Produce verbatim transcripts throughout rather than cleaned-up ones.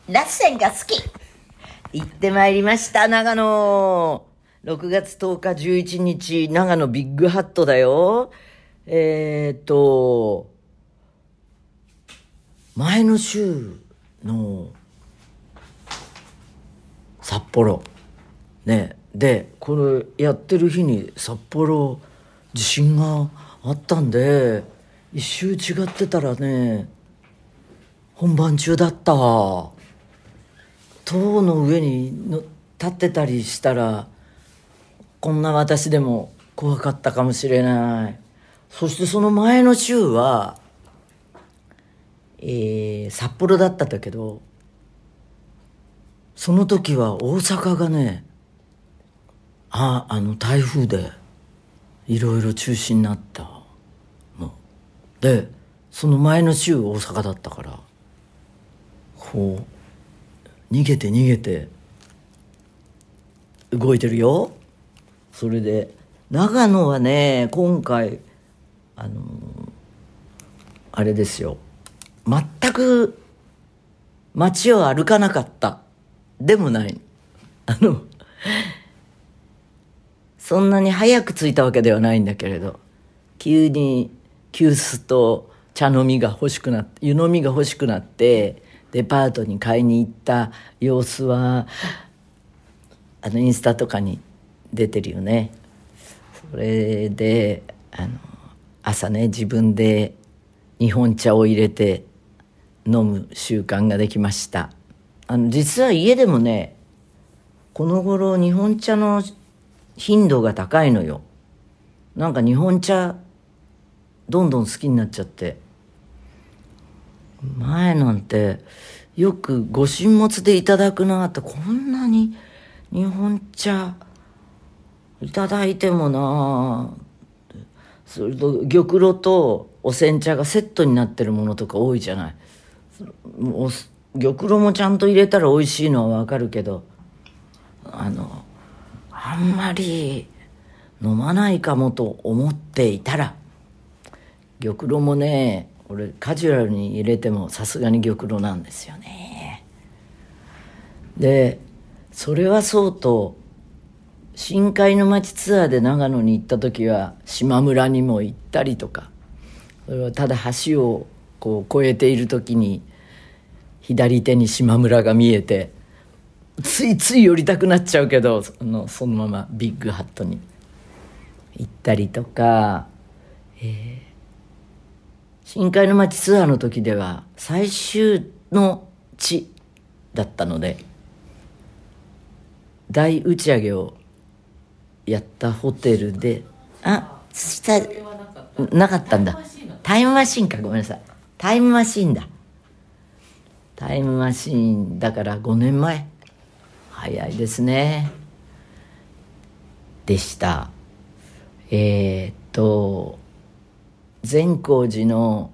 ラッセンが好き。行ってまいりました、長野。ろくがつとおかじゅういちにち、長野ビッグハットだよ。えーっと、前の週の札幌。ね。で、これやってる日に札幌地震があったんで、一周違ってたらね、本番中だった。塔の上にの立ってたりしたら、こんな私でも怖かったかもしれない。そしてその前の週は、えー、札幌だったんだけど、その時は大阪がね、あ、あの台風でいろいろ中止になったの。で、その前の週大阪だったから、こう、逃げて逃げて動いてるよ。それで、長野はね、今回、あのー、あれですよ。全く街を歩かなかったでもない。あのそんなに早く着いたわけではないんだけれど、急に急須と茶飲みが欲しくなって湯飲みが欲しくなってデパートに買いに行った様子はあのインスタとかに出てるよね。それであの朝ね、自分で日本茶を入れて飲む習慣ができました。あの実は家でもね、この頃日本茶の頻度が高いのよ。なんか日本茶どんどん好きになっちゃって、前なんてよくご神物でいただくなって、こんなに日本茶いただいてもな、それと玉露とお煎茶がセットになってるものとか多いじゃない。お玉露もちゃんと入れたら美味しいのはわかるけど、あのあんまり飲まないかもと思っていたら、玉露もね、俺カジュアルに入れてもさすがに玉露なんですよね。でそれはそうと、深海の街ツアーで長野に行った時は島村にも行ったりとか、それはただ橋をこう越えている時に左手に島村が見えて、ついつい寄りたくなっちゃうけど、その、そのままビッグハットに行ったりとか、えー、深海の街ツアーの時では最終の地だったので、大打ち上げをやったホテルで、あ、したなかったんだ。タイムマシーンか、ごめんなさい。タイムマシーンだ。タイムマシーンだからごねんまえ。早いですね。でした。えー、っと善光寺の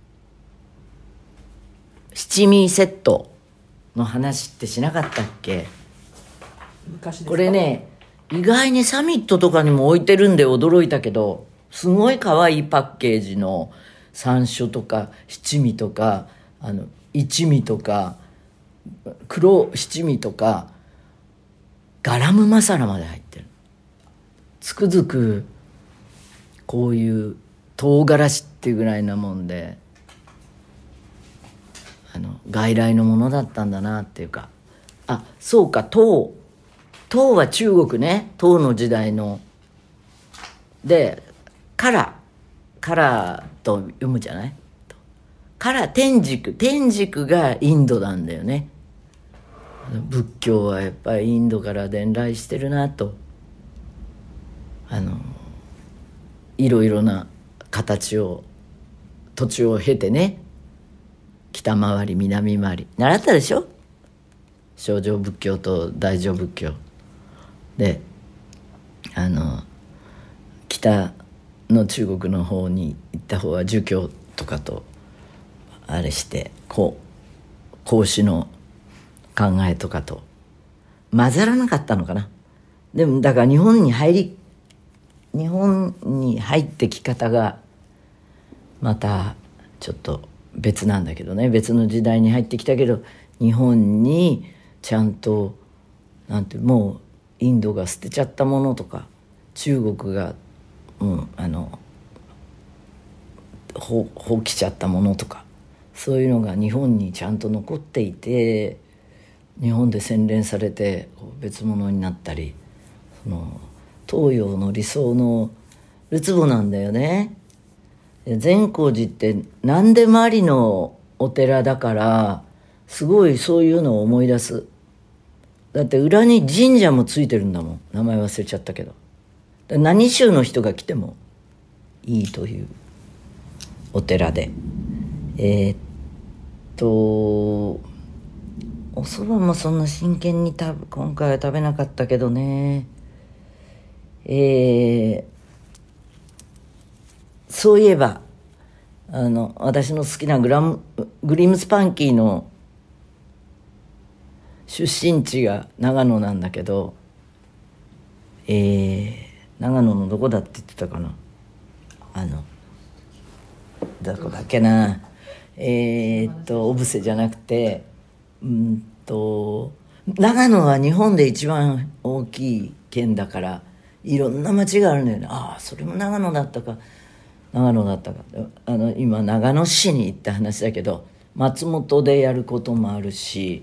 七味セットの話ってしなかったっけ？ 昔ですか？ これね、意外にサミットとかにも置いてるんで驚いたけど、すごい可愛いパッケージの山椒とか七味とか、あの一味とか黒七味とかガラムマサラまで入ってる。つくづくこういう唐辛子っていうぐらいなもんで、あの外来のものだったんだなっていうか、あ、そうか、唐唐は中国ね、唐の時代ので、カラカラと読むじゃない。カラ天竺天竺がインドなんだよね。仏教はやっぱりインドから伝来してるなと、あのいろいろな形を土地を経てね、北回り南回り習ったでしょ。小乗仏教と大乗仏教で、あの北の中国の方に行った方は儒教とかとあれして、こう孔子の考えとかと混ざらなかったのかな。でもだから日本に入り日本に入ってき方がまたちょっと別なんだけどね、別の時代に入ってきたけど、 日本にちゃんとなんてもうインドが捨てちゃったものとか中国が、うん、あの放棄しちゃったものとかそういうのが日本にちゃんと残っていて日本で洗練されて別物になったりその東洋の理想のるつぼなんだよね。善光寺って何でもありのお寺だからすごいそういうのを思い出す。だって裏に神社もついてるんだもん。名前忘れちゃったけど何宗の人が来てもいいというお寺でえー、っとお蕎麦もそんな真剣にた今回は食べなかったけどねえー、そういえばあの私の好きなグラムグリムスパンキーの出身地が長野なんだけど、えー、長野のどこだって言ってたかなあのどこだっけなえー、っと小布施じゃなくてうんと長野は日本で一番大きい県だからいろんな町があるんだよね。ああそれも長野だったか長野だったかあの今長野市に行った話だけど松本でやることもあるし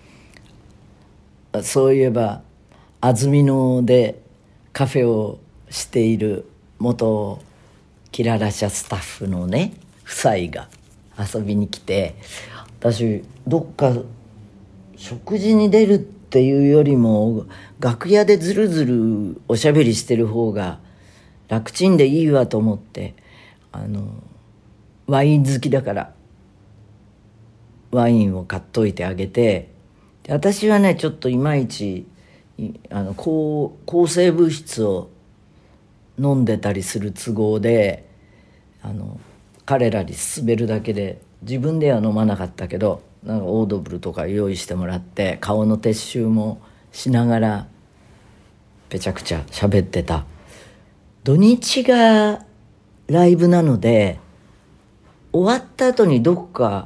そういえば安曇野でカフェをしている元キララ社スタッフのね夫妻が遊びに来て私どっか食事に出るっていうよりも楽屋でずるずるおしゃべりしてる方が楽ちんでいいわと思ってあのワイン好きだからワインを買っといてあげて私はねちょっといまいちあの 抗, 抗生物質を飲んでたりする都合であの彼らに勧めるだけで自分では飲まなかったけどなんかオードブルとか用意してもらって顔の撤収もしながらぺちゃくちゃ喋ってた。土日がライブなので終わった後にどっか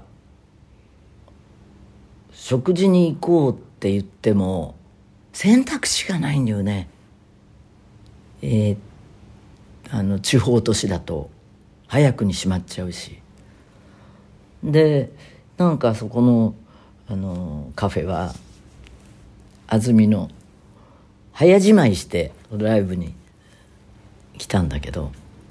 食事に行こうって言っても選択肢がないんだよね。えー、あの地方都市だと早くに閉まっちゃうしでなんかそこの、あのカフェは安曇野早じまいしてライブに来たんだけど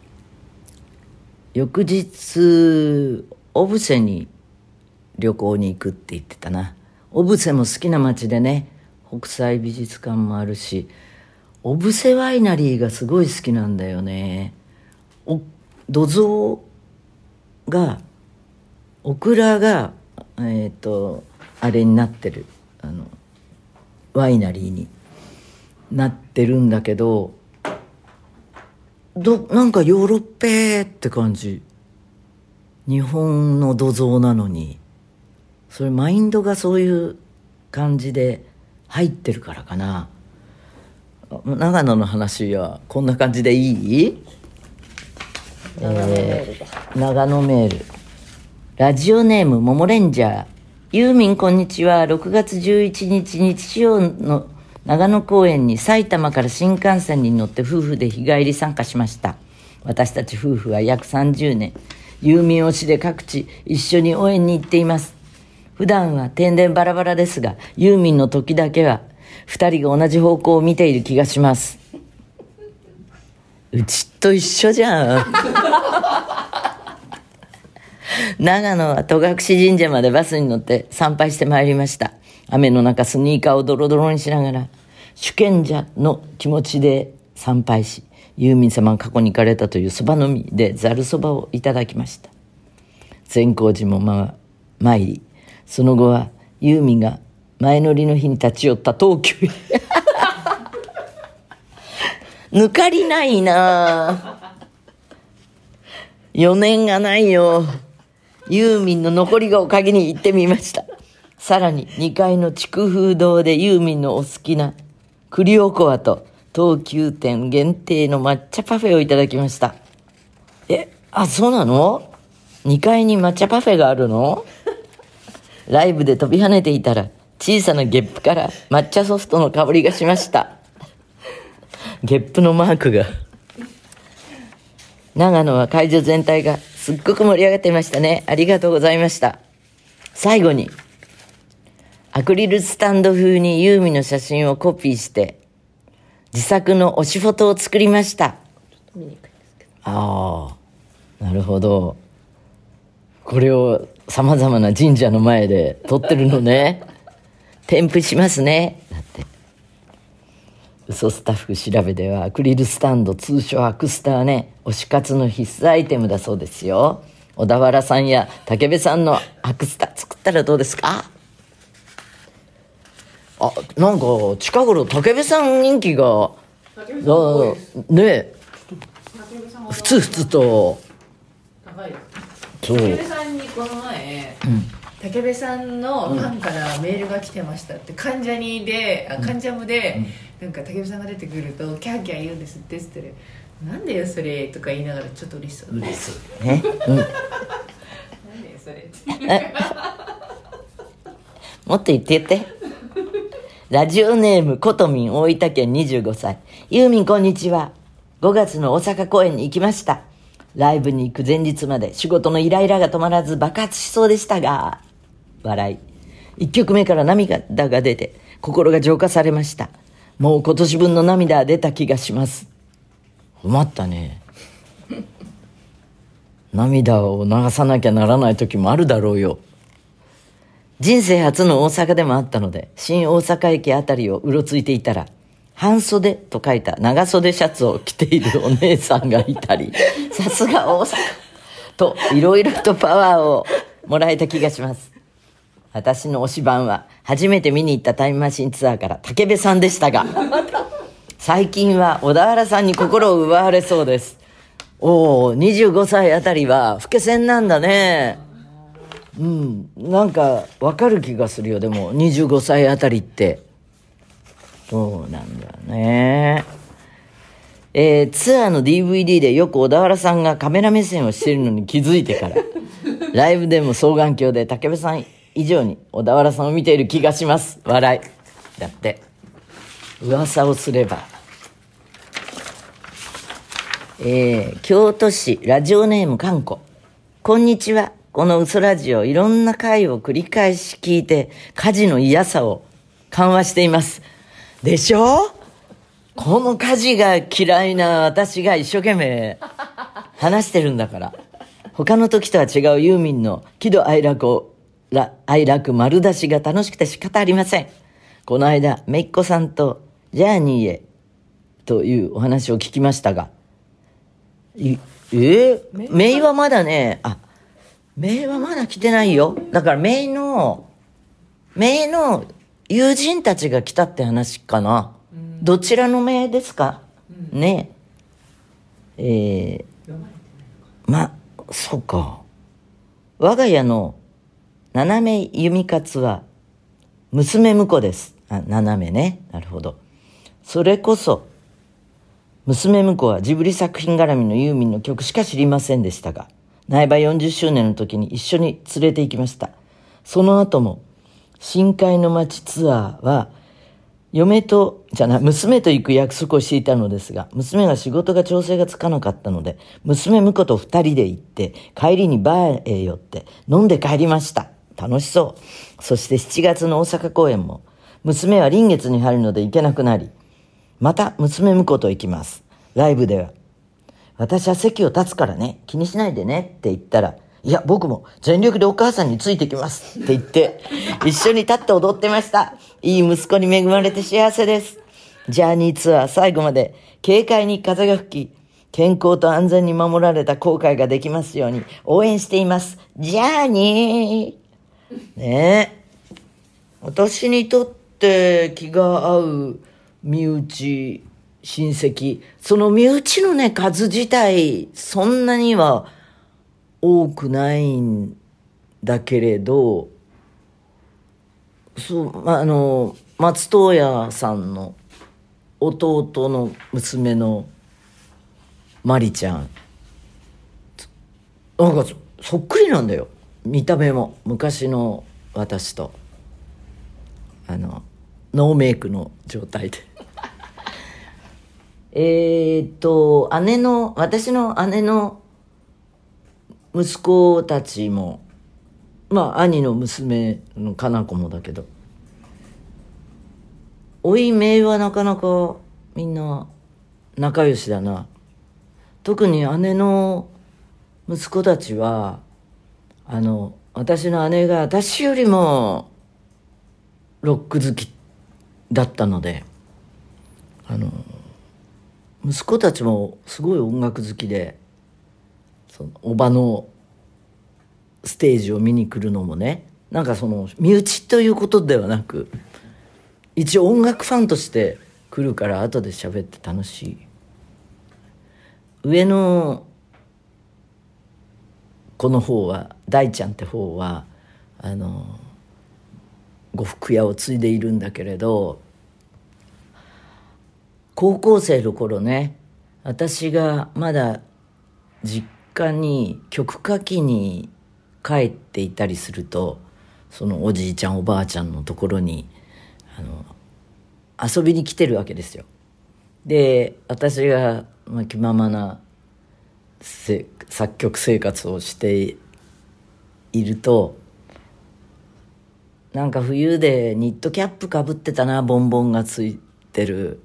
翌日小布施に旅行に行くって言ってたな。小布施も好きな街でね北斎美術館もあるし小布施ワイナリーがすごい好きなんだよね。お土蔵がオクラがえっとあれになってるあのワイナリーになってるんだけどどなんかヨーロッペーって感じ。日本の土蔵なのにそれマインドがそういう感じで入ってるからかな。長野の話はこんな感じでいい？ 長野メールだ、 えー、長野メールラジオネームモモレンジャー。ユーミンこんにちは。ろくがつじゅういちにち日曜の長野公園に埼玉から新幹線に乗って夫婦で日帰り参加しました。私たち夫婦は約さんじゅうねんユーミン推しで各地一緒に応援に行っています。普段は天然バラバラですがユーミンの時だけは二人が同じ方向を見ている気がします。うちと一緒じゃん長野は戸隠神社までバスに乗って参拝してまいりました。雨の中スニーカーをドロドロにしながら主権者の気持ちで参拝しユーミン様が過去に行かれたというそばのみでざるそばをいただきました。善光寺もま参りその後はユーミンが前乗りの日に立ち寄った東急へ抜かりないな余念がないよ。ユーミンの残りがおかげに行ってみました。さらににかいの筑風堂でユーミンのお好きな栗おこわと東急店限定の抹茶パフェをいただきました。え、あ、そうなの？にかいに抹茶パフェがあるの？ ライブで飛び跳ねていたら小さなゲップから抹茶ソフトの香りがしました。ゲップのマークが。長野は会場全体がすっごく盛り上がっていましたね。ありがとうございました。最後にアクリルスタンド風にユーミンの写真をコピーして自作の推しフォトを作りました。ああ、なるほど。これをさまざまな神社の前で撮ってるのね。添付しますね。だって嘘スタッフ調べではアクリルスタンド、通称アクスタはね、推し活の必須アイテムだそうですよ。小田原さんや武部さんのアクスタ作ったらどうですか？あ、なんか近頃武部さん人気がねえ、ふつふつと高いです。 そう。 武部さんにこの前、うん、武部さんのファンからメールが来てましたって、関ジャニで、あ、関ジャムで、うん、なんか武部さんが出てくるとキャーキャー言うんですってって言って、なんでよそれとか言いながらちょっと嬉しそう嬉しそうね、うん、なんでよそれってもっと言って言ってラジオネームことみん、大分県にじゅうごさい。ユーミンこんにちは。ごがつの大阪公演に行きました。ライブに行く前日まで仕事のイライラが止まらず爆発しそうでしたが、笑い。いっきょくめから涙が出て心が浄化されました。もう今年分の涙出た気がします。困ったね。涙を流さなきゃならない時もあるだろうよ。人生初の大阪でもあったので、新大阪駅あたりをうろついていたら、半袖と書いた長袖シャツを着ているお姉さんがいたり、さすが大阪といろいろとパワーをもらえた気がします。私の推しバンは初めて見に行ったタイムマシンツアーから武部さんでしたが、最近は小田原さんに心を奪われそうです。おー、にじゅうごさいあたりは老け線なんだね。うん、なんかわかる気がするよ。でもにじゅうごさいあたりってそうなんだよね。えー、ツアーの ディーブイディー でよく小田原さんがカメラ目線をしているのに気づいてからライブでも双眼鏡で武部さん以上に小田原さんを見ている気がします。笑い。だって噂をすれば。えー、京都市ラジオネームかんこ。こんにちは。この嘘ラジオいろんな回を繰り返し聞いて家事の嫌さを緩和していますでしょ。この家事が嫌いな私が一生懸命話してるんだから。他の時とは違うユーミンの喜怒哀楽を哀楽丸出しが楽しくて仕方ありません。この間めいっ子さんとジャーニーへというお話を聞きましたが、えー、メイはまだね、あ、メイはまだ来てないよ。だからメイのメイの友人たちが来たって話かな。うん、どちらのメイですか、うん、ねえ。えー、ま、そうか。我が家の斜め弓勝は娘婿です。あ、斜めね。なるほど。それこそ娘婿はジブリ作品絡みのユーミンの曲しか知りませんでしたが、苗場よんじゅっしゅうねんの時に一緒に連れて行きました。その後も深海の街ツアーは嫁とじゃない娘と行く約束をしていたのですが、娘が仕事が調整がつかなかったので娘婿と二人で行って、帰りにバーへ寄って飲んで帰りました。楽しそう。そしてしちがつの大阪公演も娘は臨月に入るので行けなくなり、また娘婿と行きます。ライブでは私は席を立つからね、気にしないでねって言ったら、いや僕も全力でお母さんについてきますって言って一緒に立って踊ってました。いい息子に恵まれて幸せです。ジャーニーツアー最後まで軽快に風が吹き、健康と安全に守られた航海ができますように応援しています。ジャーニーねえ、私にとって気が合う身内親戚、その身内のね数自体そんなには多くないんだけれど、そうあの松任谷さんの弟の娘のまりちゃん、なんか そ, そっくりなんだよ見た目も。昔の私とあのノーメイクの状態でえっと姉の私の姉の息子たちもまあ兄の娘のかな子もだけど、おいめいはなかなかみんな仲良しだな。特に姉の息子たちはあの私の姉が私よりもロック好きだったので、あの息子たちもすごい音楽好きで、そのおばのステージを見に来るのもね、なんかその身内ということではなく一応音楽ファンとして来るから後で喋って楽しい。上の子の方は大ちゃんって方はあの呉服屋を継いでいるんだけれど、高校生の頃ね、私がまだ実家に曲書きに帰っていたりすると、そのおじいちゃんおばあちゃんのところにあの遊びに来てるわけですよ。で私が、まあ、気ままな作曲生活をしていると、なんか冬でニットキャップかぶってたな、ボンボンがついてる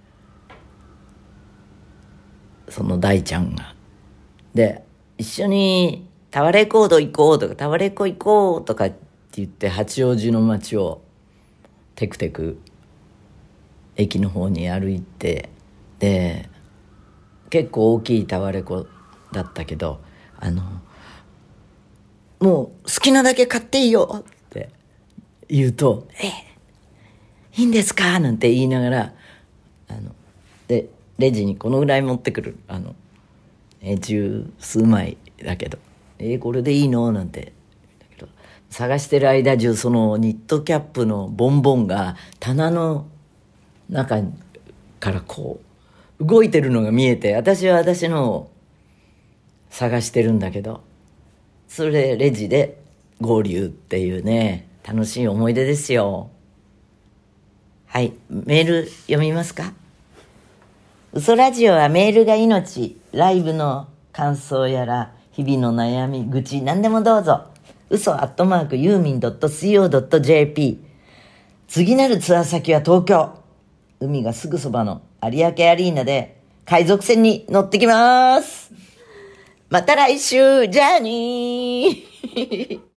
その大ちゃんが。で一緒にタワレコード行こうとかタワレコ行こうとかって言って八王子の街をテクテク駅の方に歩いて、で結構大きいタワレコだったけど、あのもう好きなだけ買っていいよって言うと、えいいんですかなんて言いながら、あのでレジにこのぐらい持ってくる、あのえ十数枚だけど、えこれでいいのなんてだけど、探してる間中そのニットキャップのボンボンが棚の中からこう動いてるのが見えて、私は私のを探してるんだけど、それでレジで合流っていうね、楽しい思い出ですよ。はい、メール読みますか。嘘ラジオはメールが命。ライブの感想やら日々の悩み愚痴何でもどうぞ。嘘アットマークユーミン .co.jp。 次なるツアー先は東京、海がすぐそばの有明アリーナで海賊船に乗ってきます。また来週、じゃあにー